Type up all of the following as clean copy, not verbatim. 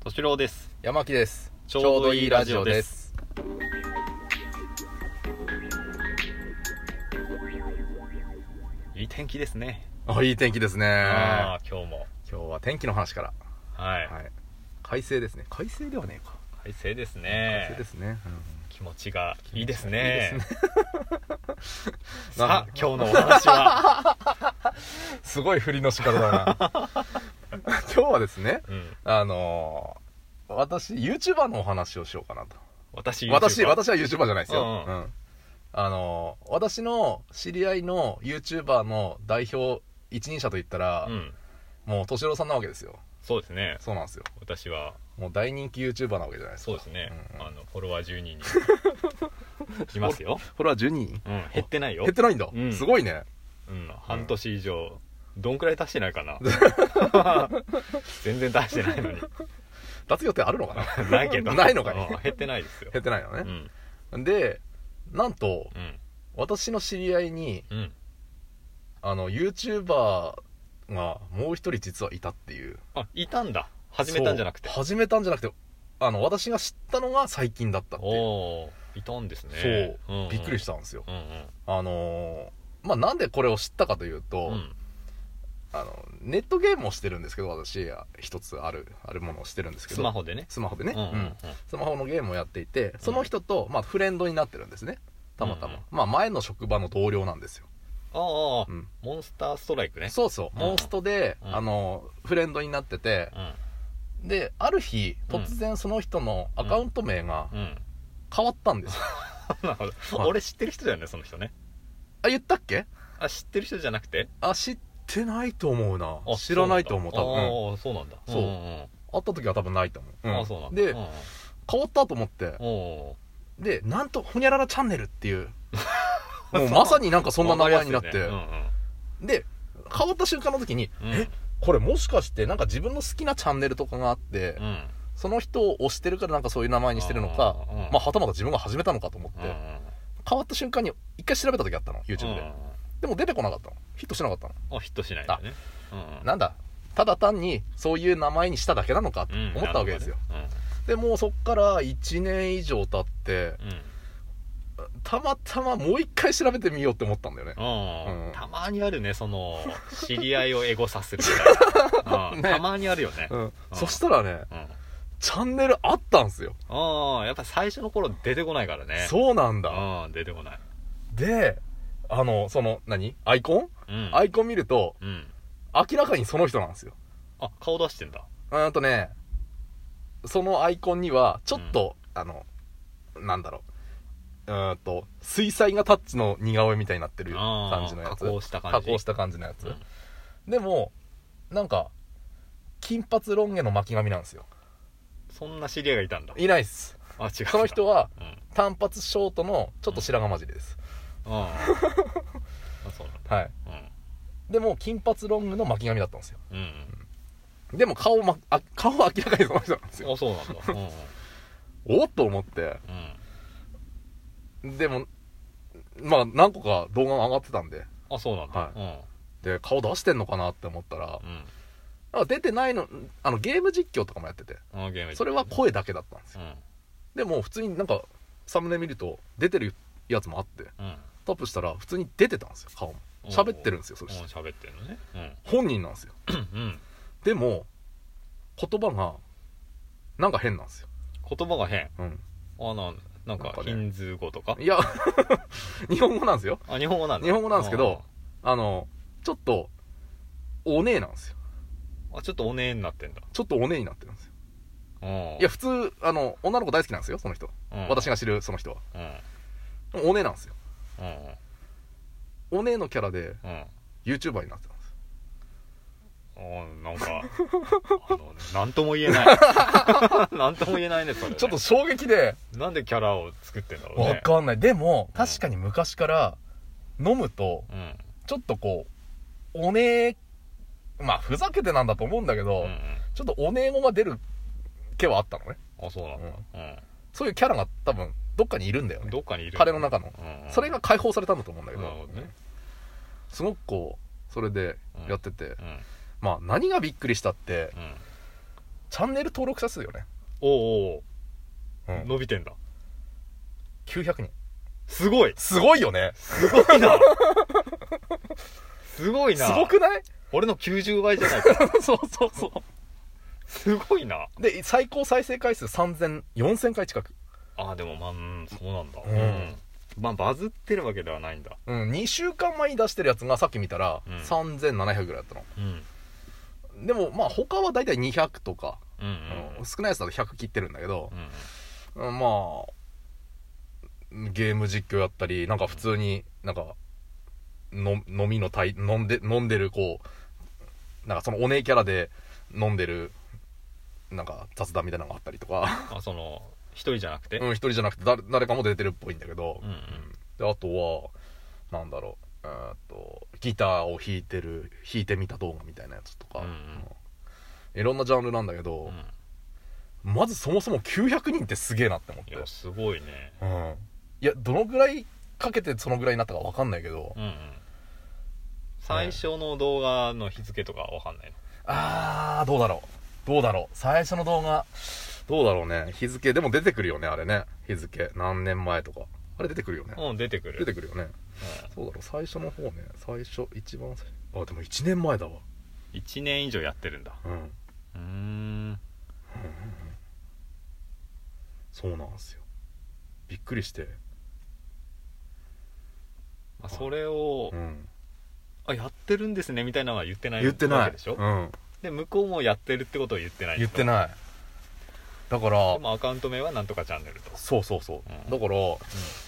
敏郎です。 山木です。 ちょうどいいラジオです。いい天気ですね。 いい天気ですね。 今日は天気の話から。 はい。 快晴ですね。快晴ではねえか。 快晴ですね。 快晴ですね。 気持ちがいいですね。 いいですねさあ、今日のお話はすごい振りの仕方だな。今日はですね、私 YouTuber のお話をしようかなと。私は YouTuber じゃないですよ。私の知り合いの YouTuber の代表一人者といったら、もう敏郎さんなわけですよ。 そうですね。 そうなんですよ。 私はもう大人気 YouTuber なわけじゃないですか。 そうですね。フォロワー12人いますよ。 フォロワー12人？ 減ってないよ。 減ってないんだ。すごいね。 半年以上どんくらい足してないかな。全然足してないのに。 出す予定あるのかな。 ないけど。 ないのかね。 減ってないですよ。 減ってないのね。で、なんと、私の知り合いに、YouTuber がもう一人実はいたっていう。 いたんだ。始めたんじゃなくて。 私が知ったのが最近だったっていう。 いたんですね。 そう、びっくりしたんですよ。なんでこれを知ったかというと、ネットゲームをしてるんですけど、私一つあるものをしてるんですけど、 スマホでねスマホのゲームをやっていて、その人とフレンドになってるんですね、たまたま。前の職場の同僚なんですよ。 モンスターストライクね。 そうそう、モンストでフレンドになってて、である日突然その人のアカウント名が変わったんですよ。 なるほど。俺知ってる人だよね、その人ね。 言ったっけ？ 知ってる人じゃなくて？ 知ってないと思うな。知らないと思う、多分。 そうなんだ。 そう。会った時は多分ないと思う。 そうなんだ。 で、変わったと思って、で、なんと、ほにゃららチャンネルっていう、もうまさになんかそんな名前になって、で、変わった瞬間の時に、これもしかしてなんか自分の好きなチャンネルとかがあって、その人を推してるからなんかそういう名前にしてるのか、はたまた自分が始めたのかと思って、変わった瞬間に一回調べた時あったの、YouTube で。でも出てこなかったの。ヒットしなかったの。 ヒットしないんだね。 なんだ、ただ単にそういう名前にしただけなのかと思ったわけですよ。でもうそっから1年以上経って、たまたまもう一回調べてみようって思ったんだよね。 たまにあるね、その知り合いをエゴさせるみたいな。たまにあるよね。 そしたらね、チャンネルあったんすよ。 やっぱ最初の頃出てこないからね。 そうなんだ。 出てこない。 で、そのアイコン見ると、明らかにその人なんですよ。 顔出してんだ。 そのアイコンにはちょっと、なんだろう、水彩画タッチの似顔絵みたいになってる感じのやつ。 加工した感じのやつ。でもなんか金髪ロン毛の巻き髪なんですよ。 そんな知り合いがいたんだ。 いないっす。 違う。 その人は単発ショートのちょっと白髪混じりです。 そうなんだ。 はい。でも金髪ロングの巻き髪だったんですよ。でも顔は明らかにその人なんですよ。 そうなんだ。 おっと思って、でも何個か動画が上がってたんで、 そうなんだ。 で顔出してんのかなって思ったら、出てないの。ゲーム実況とかもやってて、それは声だけだったんですよ。でも普通になんかサムネ見ると出てるやつもあって、タップしたら普通に出てたんですよ、顔も。喋ってるんですよ。そして喋ってるのね。 本人なんですよ。でも言葉がなんか変なんですよ。 言葉が変。なんかヒンズー語とか。 いや日本語なんですよ。 日本語なんだ。 日本語なんですけど、ちょっとお姉なんですよ。 ちょっとお姉になってんだ。 ちょっとお姉になってるんですよ。いや普通女の子大好きなんですよ、その人。私が知るその人は。お姉なんですよ。お姉のキャラで YouTuber になってます。 なんかなんとも言えない。なんとも言えないね、それね。 ちょっと衝撃で、 なんでキャラを作ってんだろうね。 わかんない。でも確かに昔から飲むとちょっとこうお姉、ふざけてなんだと思うんだけど、ちょっとお姉語が出る気はあったのね。 そうなんだ。 そういうキャラが多分どっかにいるんだよね。 どっかにいる。 彼の中の。それが解放されたんだと思うんだけど、すごくこうそれでやってて、何がびっくりしたって、 チャンネル登録者数よね。 おう、 うん、 伸びてんだ。 900人。 すごいよね。 すごいなすごいな。 すごくない？ 俺の90倍じゃないかそうすごいな。 で最高再生回数3000、4000回近く。 ああ、でもまあ、そうなんだ。 うん、 バズってるわけではないんだ。 2週間前に出してるやつがさっき見たら、3700ぐらいだったの。でもまあ他はだいたい200とか、少ないやつだと100切ってるんだけど、まあゲーム実況やったり、なんか普通になんか飲んでるこう、なんかそのお姉キャラで飲んでるなんか雑談みたいなのがあったりとかその一人じゃなくて、 一人じゃなくて誰かも出てるっぽいんだけど、であとはなんだろう、ギターを弾いてみた動画みたいなやつとか、いろんなジャンルなんだけど、まずそもそも900人ってすげえなって思って。 いやすごいね。 いやどのぐらいかけてそのぐらいになったか分かんないけど、 最初の動画の日付とか分かんないの？ どうだろう最初の動画どうだろうね。日付でも出てくるよね、あれね。日付何年前とかあれ出てくるよね。 出てくるよね。そうだろう、最初の方ね。一番最初、でも1年前だわ。 1年以上やってるんだ。 そうなんですよ。びっくりして。 それを、やってるんですねみたいなのは言ってないわけでしょ。で向こうもやってるってことを言ってない。 だからでもアカウント名はなんとかチャンネルと。 そう、だから、こ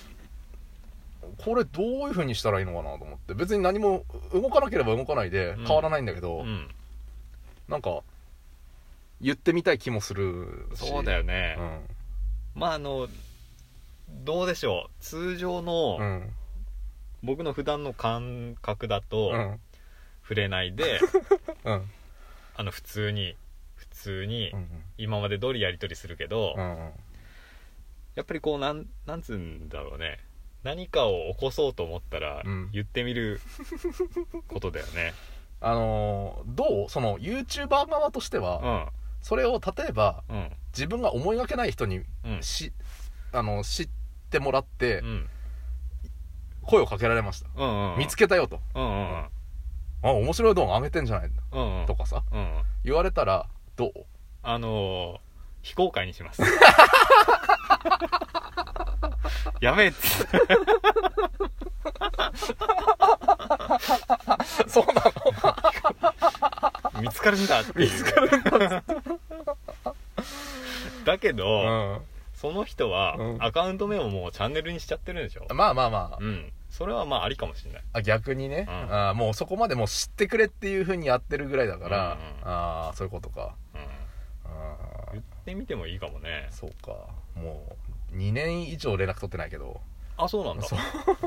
れどういう風にしたらいいのかなと思って。別に何も動かなければ動かないで変わらないんだけど、なんか言ってみたい気もするし。 そうだよね。まあどうでしょう、通常の、僕の普段の感覚だと、触れないで、普通に今まで通りやり取りするけど、やっぱりこうなんつうんだろうね、何かを起こそうと思ったら言ってみることだよね。 どうその YouTuber 側としては、それを例えば、自分が思いがけない人に、知ってもらって、声をかけられました、見つけたよと、面白い動画上げてんじゃないんだ、とかさ、言われたらどう？ 非公開にしますやべえっつそうなの見つかるんだっていうだけど、その人はアカウント名をもうチャンネルにしちゃってるんでしょ。 まあ、 それはまあありかもしれない。 逆にね、もうそこまでもう知ってくれっていう風にやってるぐらいだから、そういうことか。 言ってみてもいいかもね。 そうか、もう2年以上連絡取ってないけど。 そうなんだ。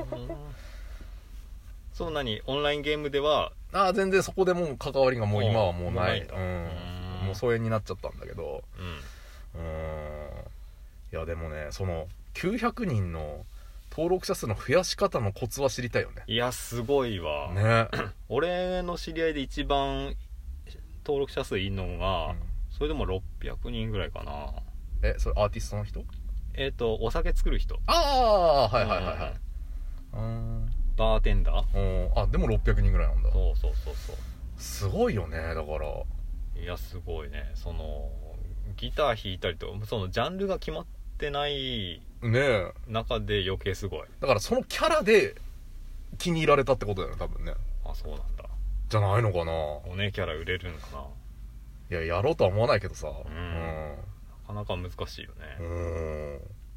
そう何オンラインゲームでは全然そこでもう関わりがもう今はもうない。もう疎遠になっちゃったんだけど、いやでもね、その900人の登録者数の増やし方のコツは知りたいよね。 いやすごいわね俺の知り合いで一番登録者数いいのが、それでも600人ぐらいかな。 それアーティストの人？ お酒作る人。 はい、 バーテンダー。 でも600人ぐらいなんだ。 そうすごいよね。だからいやすごいね。そのギター弾いたりとそのジャンルが決まってない中で余計すごい。 だからそのキャラで気に入られたってことだよね、多分ね。 そうなんだ。 じゃないのかな。 おねキャラ売れるんかな。 いややろうとは思わないけどさ、 なかなか難しいよね。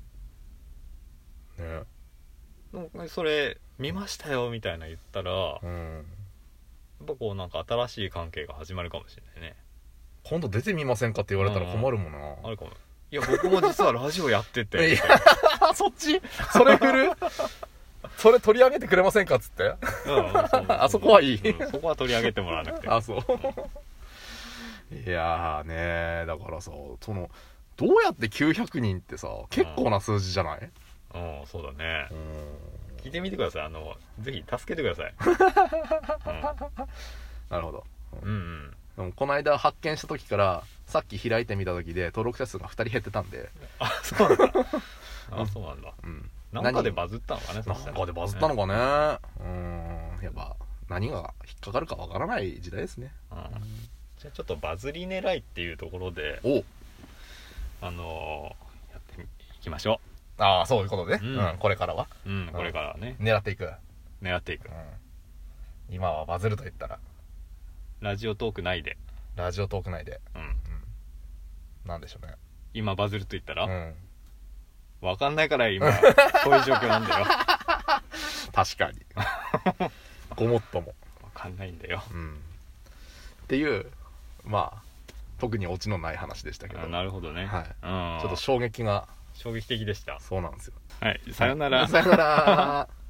でもそれ見ましたよみたいな言ったら、やっぱこうなんか新しい関係が始まるかもしれないね。 今度出てみませんかって言われたら困るもんな。 あるかも。いや僕も実はラジオやっててそっちそれ振るそれ取り上げてくれませんかっつってあそこはいい、 そこは取り上げてもらわなくてそういやね、だからさ、そのどうやって900人ってさ結構な数字じゃない？ そうだね。聞いてみてください。ぜひ助けてくださいなるほど。でもこの間発見した時からさっき開いてみた時で登録者数が2人減ってたんで。 あ、そうなんだ。あ、そうなんだ。うん。なんかでバズったのかね、 なんかでバズったのかね。やっぱ何が引っかかるかわからない時代ですね。 じゃあちょっとバズり狙いっていうところで、やっていきましょう。ああ、そういうことね。これからは。 これからはね。 狙っていく。今はバズると言ったら。 ラジオトーク内で。 なんでしょうね。 今バズると言ったら、わかんないから今こういう状況なんだよ。 確かに。ごもっともわかんないんだよ。 っていうまあ特にオチのない話でしたけど。 なるほどね。 はい。ちょっと衝撃的でした。 そうなんですよ。 はい。 さよなら。 さよなら。